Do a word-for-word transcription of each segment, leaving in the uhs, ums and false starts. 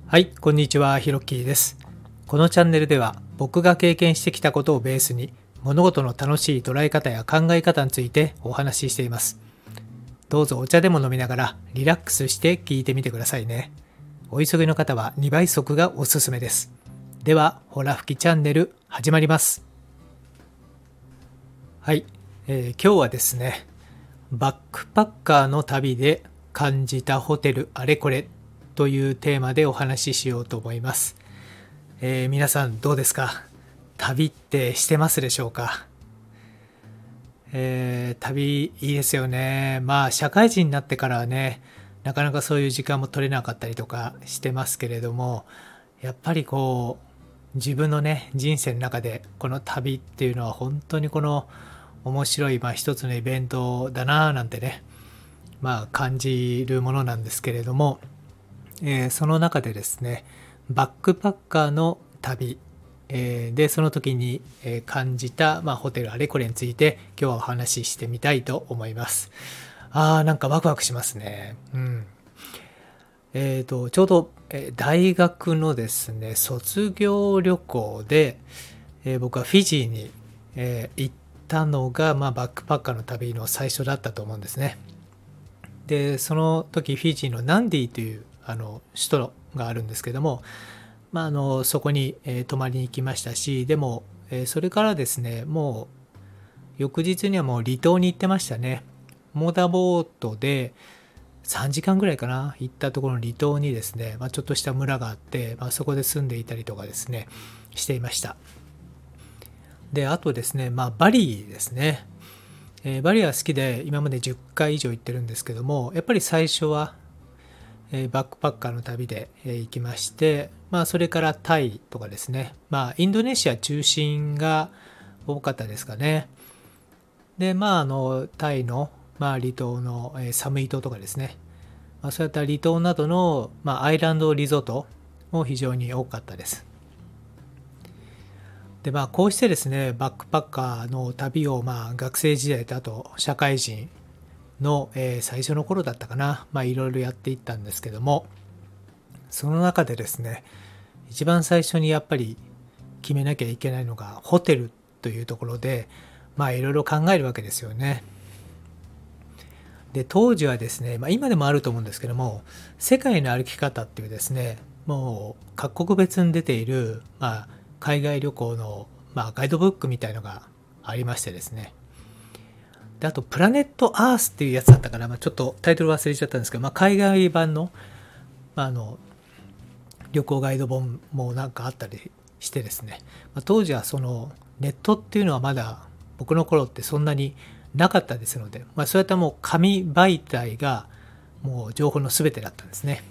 はい、こんにちは、ひろっきーです。このチャンネルでは僕が経験してきたことをベースに物事の楽しい捉え方や考え方についてお話ししています。どうぞお茶でも飲みながらリラックスして聞いてみてくださいね。お急ぎの方はにばい速がおすすめです。では、ほら吹きチャンネル始まります。はい、えー今日はですね、バックパッカーの旅で感じたホテルあれこれというテーマでお話ししようと思います。えー皆さんどうですか？旅ってしてますでしょうか？えー旅いいですよね。まあ社会人になってからはね、なかなかそういう時間も取れなかったりとかしてますけれども、やっぱりこう自分のね人生の中でこの旅っていうのは本当にこの面白い、まあ、一つのイベントだなぁなんてね、まあ感じるものなんですけれども、えーその中でですね、バックパッカーの旅、えーでその時にえー感じた、まあ、ホテルあれこれについて今日はお話ししてみたいと思います。あーなんかワクワクしますね。うん。えーとちょうどえー大学のですね卒業旅行で、えー僕はフィジーに、えー行ったのが、まあ、バックパッカーの旅の最初だったと思うんですね。でその時フィジーのナンディというあの首都があるんですけども、まあ、あのそこに、えー泊まりに行きましたし、でも、えーそれからですね、もう翌日にはもう離島に行ってましたね。モーターボートでさんじかんぐらいかな、行ったところの離島にですね、まあ、ちょっとした村があって、まあ、そこで住んでいたりとかですねしていました。であとですね、まあ、バリですね。えーバリは好きで今までじゅっかい以上行ってるんですけども、やっぱり最初はえーバックパッカーの旅でえー行きまして、まあ、それからタイとかですね、まあ、インドネシア中心が多かったですかね。で、まあ、あのタイの、まあ、離島の、えーサムイ島とかですね、まあ、そういった離島などの、まあ、アイランドリゾートも非常に多かったです。で、まあ、こうしてですね、バックパッカーの旅を、まあ、学生時代とあと社会人の、えー最初の頃だったかな、まあ、いろいろやっていったんですけども、その中でですね、一番最初にやっぱり決めなきゃいけないのがホテルというところで、まあいろいろ考えるわけですよね。で、当時はですね、まあ今でもあると思うんですけども、世界の歩き方っていうですね、もう各国別に出ている、まあ海外旅行の、まあ、ガイドブックみたいのがありましてですね。で、あとプラネットアースっていうやつだったから、まあ、ちょっとタイトル忘れちゃったんですけど、まあ海外版の、まあ、あの旅行ガイド本もなんかあったりしてですね、まあ、当時はそのネットっていうのはまだ僕の頃ってそんなになかったですので、まあ、そういったもう紙媒体がもう情報の全てだったんですね。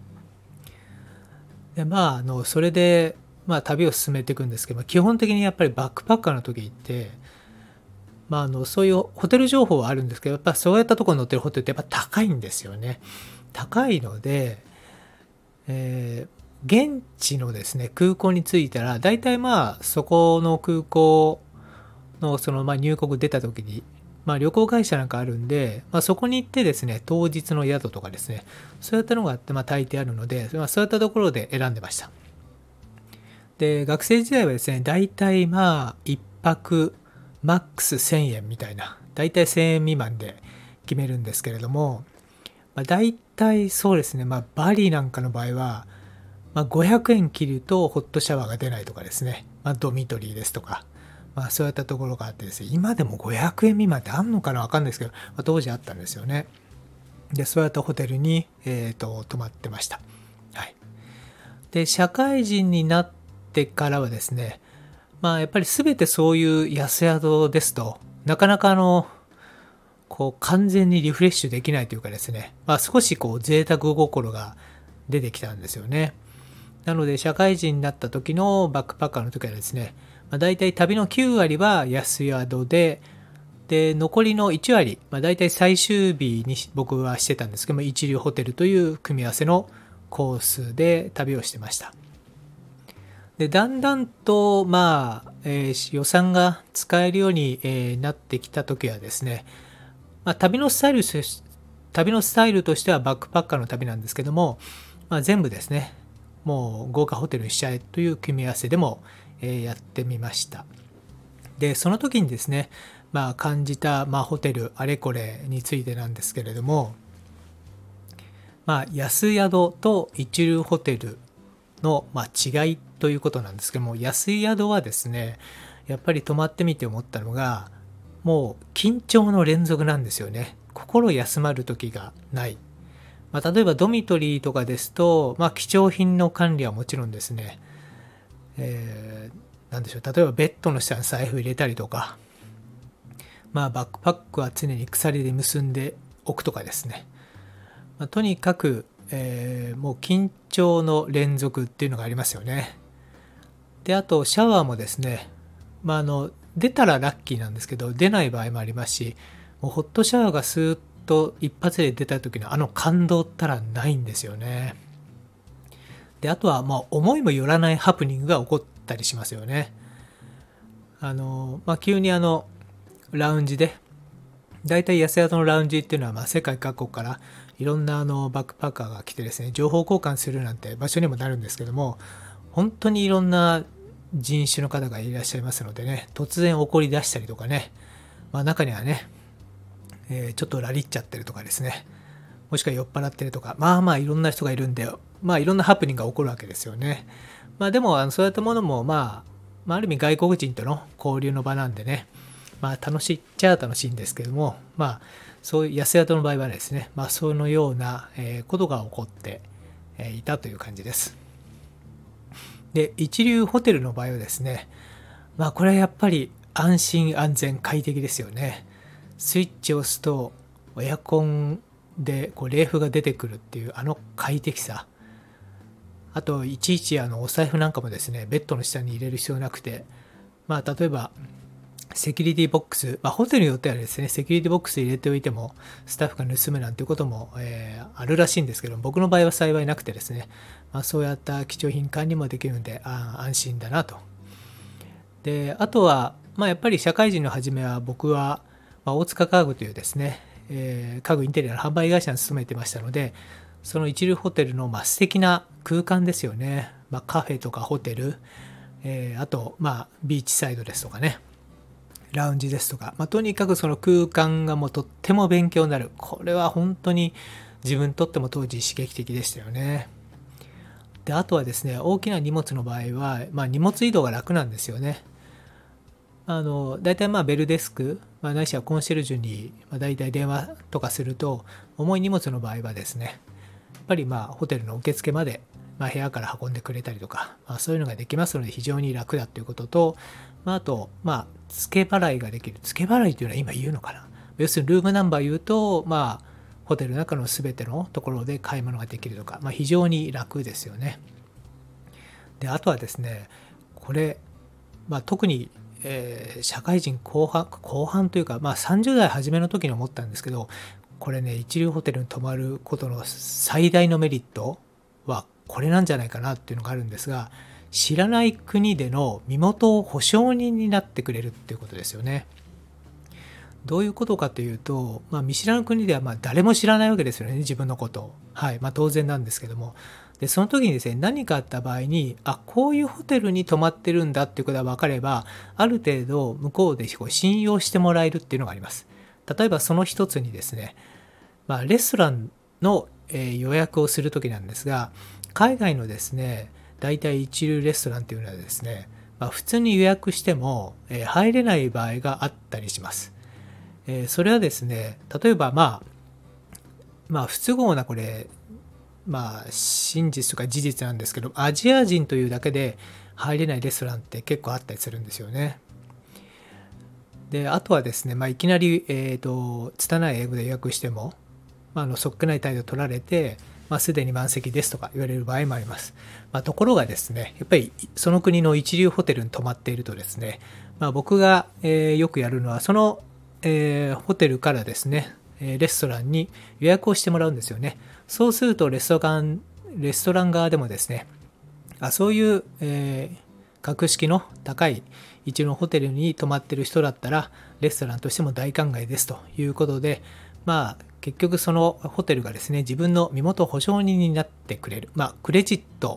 でまああのそれで、まあ、旅を進めていくんですけど、基本的にやっぱりバックパッカーの時って、まあ、あのそういうホテル情報はあるんですけど、やっぱそういったところに載ってるホテルってやっぱ高いんですよね。高いので、えー現地のですね空港に着いたら大体まあそこの空港のそのまあ入国出た時に、まあ、旅行会社なんかあるんで、まあ、そこに行ってですね当日の宿とかですねそういったのがあってまあ大抵あるので、まあ、そういったところで選んでました。で学生時代はですね大体まあいっぱくマックスせんえんみたいな、大体せんえん未満で決めるんですけれども、まあ、大体そうですね、まあ、バリなんかの場合はまあ、ごひゃくえん切るとホットシャワーが出ないとかですね、まあ、ドミトリーですとか、まあ、そういったところがあってですね、今でもごひゃくえん未満ってあんのかなわかんないですけど、まあ、当時あったんですよね。で、そういったホテルに、えー、と泊まってました。はい。で、社会人になってからはですね、まあ、やっぱり全てそういう安宿ですと、なかなかあの、こう完全にリフレッシュできないというかですね、まあ、少しこう贅沢心が出てきたんですよね。なので社会人になった時のバックパッカーの時はですね、まあ、大体旅のきゅう割は安宿で、で、残りのいち割、まあ、大体最終日に僕はしてたんですけども、一流ホテルという組み合わせのコースで旅をしてました。で、だんだんと、まあ、えー予算が使えるように、えーなってきた時はですね、まあ、旅のスタイル旅のスタイルとしてはバックパッカーの旅なんですけども、まあ、全部ですねもう豪華ホテルにしちゃえという組み合わせでも、えーやってみました。でその時にですね、まあ、感じた、まあ、ホテルあれこれについてなんですけれども、まあ、安宿と一流ホテルの、まあ、違いということなんですけども、安い宿はですね、やっぱり泊まってみて思ったのが、もう緊張の連続なんですよね。心休まる時がない。まあ、例えばドミトリーとかですと、まあ、貴重品の管理はもちろんですね、えー、なんでしょう、例えばベッドの下に財布入れたりとか、まあ、バックパックは常に鎖で結んでおくとかですね、まあ、とにかく、えーもう緊張の連続っていうのがありますよね。で、あとシャワーもですね、まあ、あの出たらラッキーなんですけど、出ない場合もありますし、もうホットシャワーがスーッと一発で出た時のあの感動ったらないんですよね。で、あとはまあ思いもよらないハプニングが起こったりしますよね。あの、まあ、急にあのラウンジで、だいたい安宿のラウンジっていうのはまあ世界各国からいろんなあのバックパッカーが来てですね、情報交換するなんて場所にもなるんですけども、本当にいろんな人種の方がいらっしゃいますのでね、突然怒り出したりとかね、まあ、中にはね、えーちょっとラリっちゃってるとかですね、もしくは酔っ払ってるとか、まあまあいろんな人がいるんで、まあいろんなハプニングが起こるわけですよね。まあでもあのそういったものも、まあ、まあある意味外国人との交流の場なんでね、まあ楽しいっちゃ楽しいんですけども、まあそういう安宿の場合はですね、まあそのようなえーことが起こってえーいたという感じです。で、一流ホテルの場合はですね、まあこれはやっぱり安心安全快適ですよね。スイッチを押すとエアコンでこう冷風が出てくるっていうあの快適さ。あといちいちあのお財布なんかもですね、ベッドの下に入れる必要なくて、まあ例えばセキュリティボックス、まあ、ホテルによってはですね、セキュリティボックス入れておいてもスタッフが盗むなんていうことも、えーあるらしいんですけど、僕の場合は幸いなくてですね、まあ、そうやった貴重品管理もできるんで、あ安心だなと。で、あとは、まあ、やっぱり社会人の初めは僕は、まあ、大塚家具というですね、えー家具インテリアの販売会社に勤めてましたので、その一流ホテルのまあ素敵な空間ですよね。まあ、カフェとかホテル、えーあと、まあ、ビーチサイドですとかね、ラウンジですとか、まあ、とにかくその空間がもうとっても勉強になる。これは本当に自分にとっても当時刺激的でしたよね。で、あとはですね、大きな荷物の場合は、まあ、荷物移動が楽なんですよね。あの、大体まあベルデスク、まあ、ないしはコンシェルジュに、まあ、大体電話とかすると、重い荷物の場合はですね、やっぱりまあホテルの受付まで、まあ、部屋から運んでくれたりとか、まあ、そういうのができますので非常に楽だということと、まあ、あと、まあ、付け払いができる。付け払いというのは今言うのかな。要するにルームナンバー言うと、まあ、ホテルの中の全てのところで買い物ができるとか、まあ、非常に楽ですよね。で、あとはですね、これ、まあ、特に、えー社会人後半、後半というか、まあ、さんじゅう代初めの時に思ったんですけど、これね、一流ホテルに泊まることの最大のメリットはこれなんじゃないかなっていうのがあるんですが、知らない国での身元保証人になってくれるっていうことですよね。どういうことかというと、まあ、見知らぬ国ではまあ誰も知らないわけですよね、自分のことを。はい。まあ、当然なんですけども。で、その時にですね、何かあった場合に、あ、こういうホテルに泊まってるんだっていうことが分かれば、ある程度向こうでこう信用してもらえるっていうのがあります。例えばその一つにですね、まあ、レストランのえー予約をする時なんですが、海外のですね、大体一流レストランっていうのはですね、まあ、普通に予約しても、えー入れない場合があったりします。えーそれはですね、例えばまあ、まあ不都合なこれ、まあ真実とか事実なんですけど、アジア人というだけで入れないレストランって結構あったりするんですよね。で、あとはですね、まあいきなり、えっと、拙い英語で予約しても、まあ、あのそっけない態度を取られて、まあ、すでに満席ですとか言われる場合もあります。まあ、ところがですね、やっぱりその国の一流ホテルに泊まっているとですね、まあ、僕が、えーよくやるのは、その、えーホテルからですね、えーレストランに予約をしてもらうんですよね。そうするとレストラン、レストラン側でもですね、あそういう、えー格式の高い一流のホテルに泊まっている人だったら、レストランとしても大歓迎ですということで、まあ、結局そのホテルがですね、自分の身元保証人になってくれる。まあ、クレジット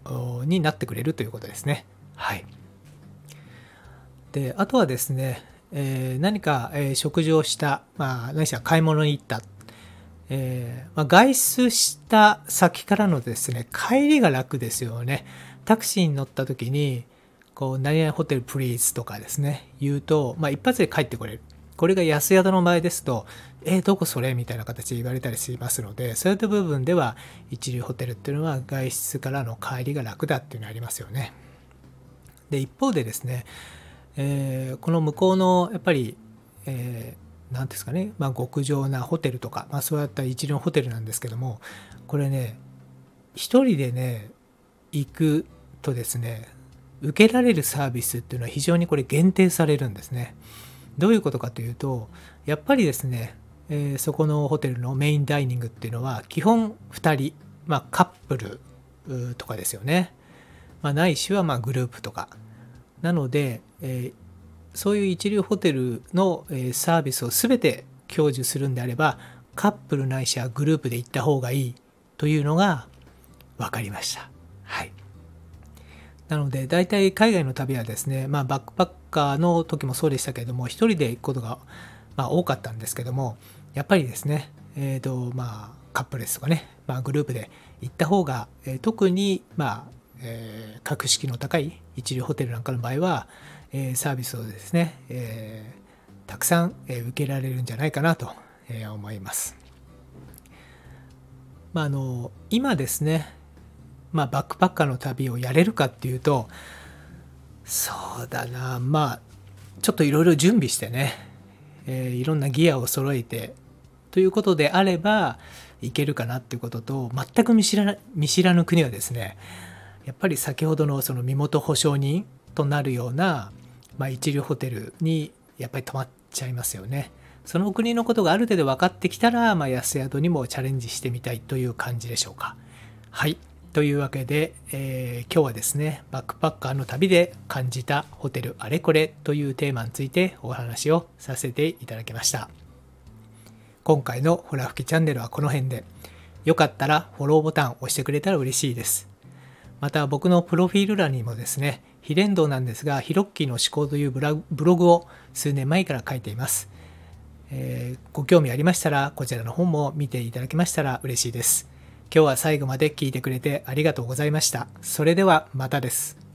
になってくれるということですね。はい。で、あとはですね、えー何か、えー食事をした、まあ、何しろ買い物に行った、えーまあ、外出した先からのですね、帰りが楽ですよね。タクシーに乗った時に、こう、何々ホテルプリーズとかですね、言うと、まあ、一発で帰ってこれる。これが安宿の場合ですと、えーどこそれみたいな形で言われたりしますので、そういった部分では、一流ホテルっていうのは外出からの帰りが楽だっていうのがありますよね。で、一方でですね、えーこの向こうのやっぱり、えーなんですかね、まあ、極上なホテルとか、まあ、そういった一流のホテルなんですけども、これね、一人でね、行くとですね、受けられるサービスっていうのは非常にこれ限定されるんですね。どういうことかというと、やっぱりですね、えーそこのホテルのメインダイニングっていうのは基本ふたり、まあ、カップルうーとかですよね。まあ、ないしはまあグループとか。なので、えーそういう一流ホテルの、えーサービスを全て享受するんであれば、カップルないしはグループで行った方がいいというのが分かりました。はい。なので、大体海外の旅はですね、まあ、バックパッカーの時もそうでしたけれども、一人で行くことが、まあ、多かったんですけども、やっぱりですね、えーと、まあ、カップルですとかね、まあ、グループで行った方が、えー特に、まあ、えー格式の高い一流ホテルなんかの場合は、えーサービスをですね、えーたくさん、えー受けられるんじゃないかなと、えー思います。まあ、あの、今ですね、まあ、バックパッカーの旅をやれるかっていうと、そうだな、まあ、ちょっといろいろ準備してね、えーいろんなギアを揃えてということであればいけるかなっていうことと、全く見知らな見知らぬ国はですね、やっぱり先ほどのその身元保証人となるような、まあ、一流ホテルにやっぱり泊まっちゃいますよね。その国のことがある程度分かってきたら、まあ、安宿にもチャレンジしてみたいという感じでしょうか。はい。というわけで、えー今日はですね、バックパッカーの旅で感じたホテルあれこれというテーマについてお話をさせていただきました。今回のホラ吹きチャンネルはこの辺で、よかったらフォローボタンを押してくれたら嬉しいです。また僕のプロフィール欄にもですね、非連動なんですが、ヒロッキーの思考というブラブログを数年前から書いています。えーご興味ありましたら、こちらの本も見ていただけましたら嬉しいです。今日は最後まで聞いてくれてありがとうございました。それではまたです。